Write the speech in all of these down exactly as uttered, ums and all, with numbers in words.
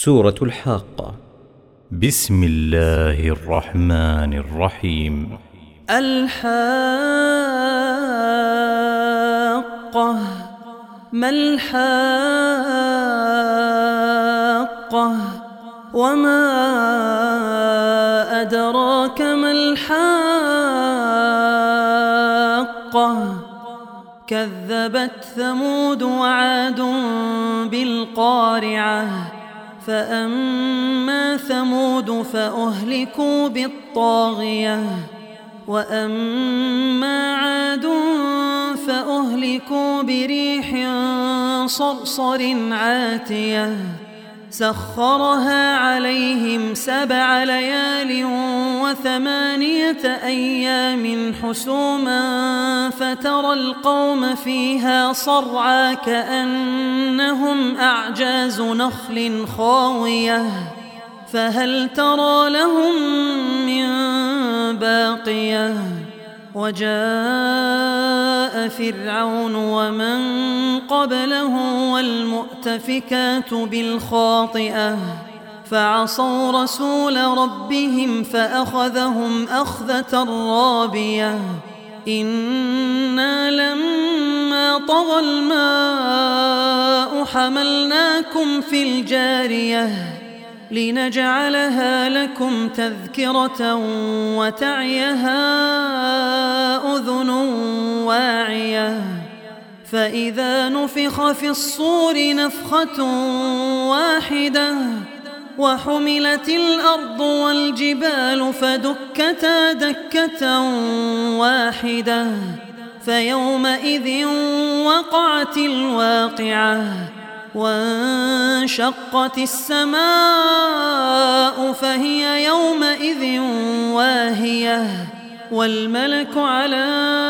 سورة الحاقة. بسم الله الرحمن الرحيم. الحاقة. ما الحاقة وما أدراك ما الحاقة. كذبت ثمود وعاد بالقارعة. فأما ثمود فأهلكوا بالطاغية وأما عاد فأهلكوا بريح صرصر عاتية سخرها عليهم سبع ليال وثمانية أيام حسوما فترى القوم فيها صرعى كأنهم أعجاز نخل خاوية فهل ترى لهم من باقية. وجاء فرعون ومن قبله والمؤتفكات بالخاطئة فعصوا رسول ربهم فأخذهم أخذة رابية. إنا لما طغى الماء حملناكم في الجارية لنجعلها لكم تذكرة وتعيها أذن واعية. فإذا نفخ في الصور نفخة واحدة وحملت الأرض والجبال فدكتا دكة واحدة فيومئذ وقعت الواقعة وانشقت السماء فهي يومئذ واهية والملك على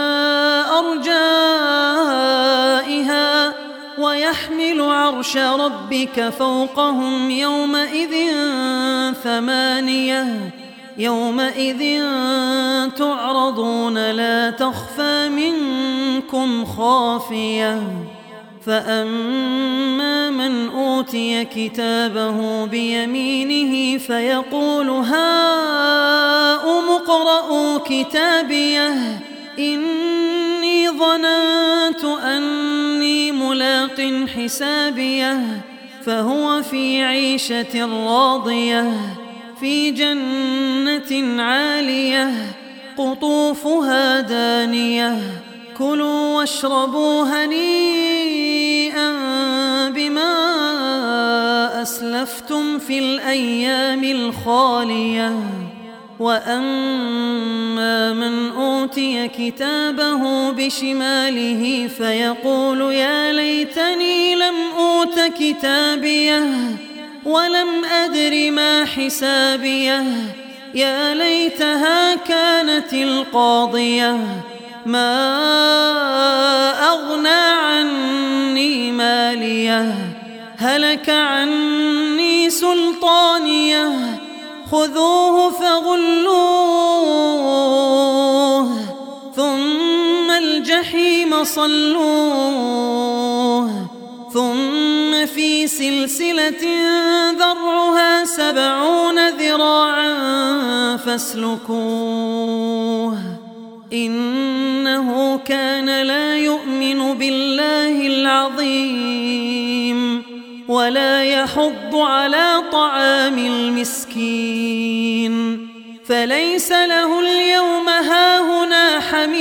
أرجائها ويحمل عرش ربك فوقهم يومئذ ثمانية يومئذ تعرضون لا تخفى منكم خافية. فأما من أوتي كتابه بيمينه فيقول هاؤم اقرءوا كتابيه إني ظننت أني ملاق حسابيه فهو في عيشة راضية في جنة عالية قطوفها دانية كلوا واشربوا هنيئا بما أسلفتم في الأيام الخالية. وأما من أوتي كتابه بشماله فيقول يا ليتني لم أوت كتابيه ولم أدر ما حسابيه يا ليتها كانت القاضية ما أغنى عني ماليه هلك عني سلطانيه خذوه فغلوه ثم الجحيم صلوه ثم في سلسلة ذرعها سبعون ذراعا فاسلكوه إنه كان لا يؤمن بالله العظيم ولا يحض على طعام المسكين فليس له اليوم هاهنا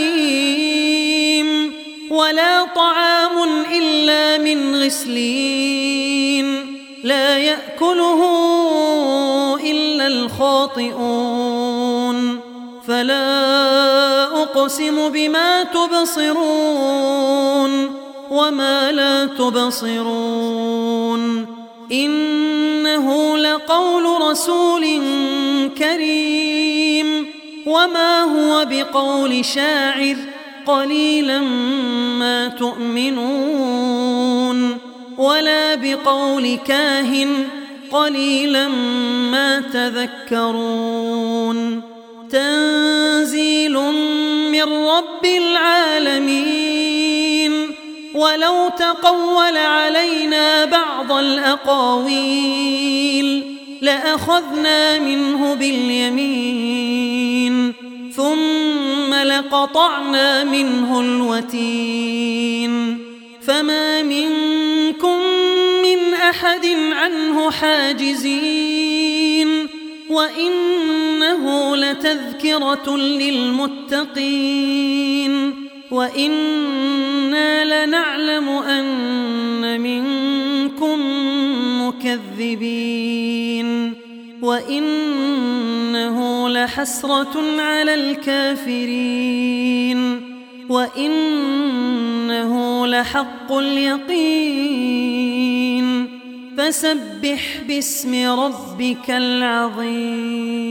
حميم ولا طعام إلا من غسلين لا يأكله إلا الخاطئون. فلا أقسم بما تبصرون وما لا تبصرون إنه لقول رسول كريم وما هو بقول شاعر قليلا ما تؤمنون ولا بقول كاهن قليلا ما تذكرون. تنزيل من رب العالمين ولو تقول علينا بعض الأقاويل لأخذنا منه باليمين ثم لقطعنا منه الوتين فما منكم من أحد عنه حاجزين وإنه لتذكرة للمتقين وإنا لنعلم أن منكم مكذبين وإنه لحسرة على الكافرين وإنه لحق اليقين فسبح باسم ربك العظيم.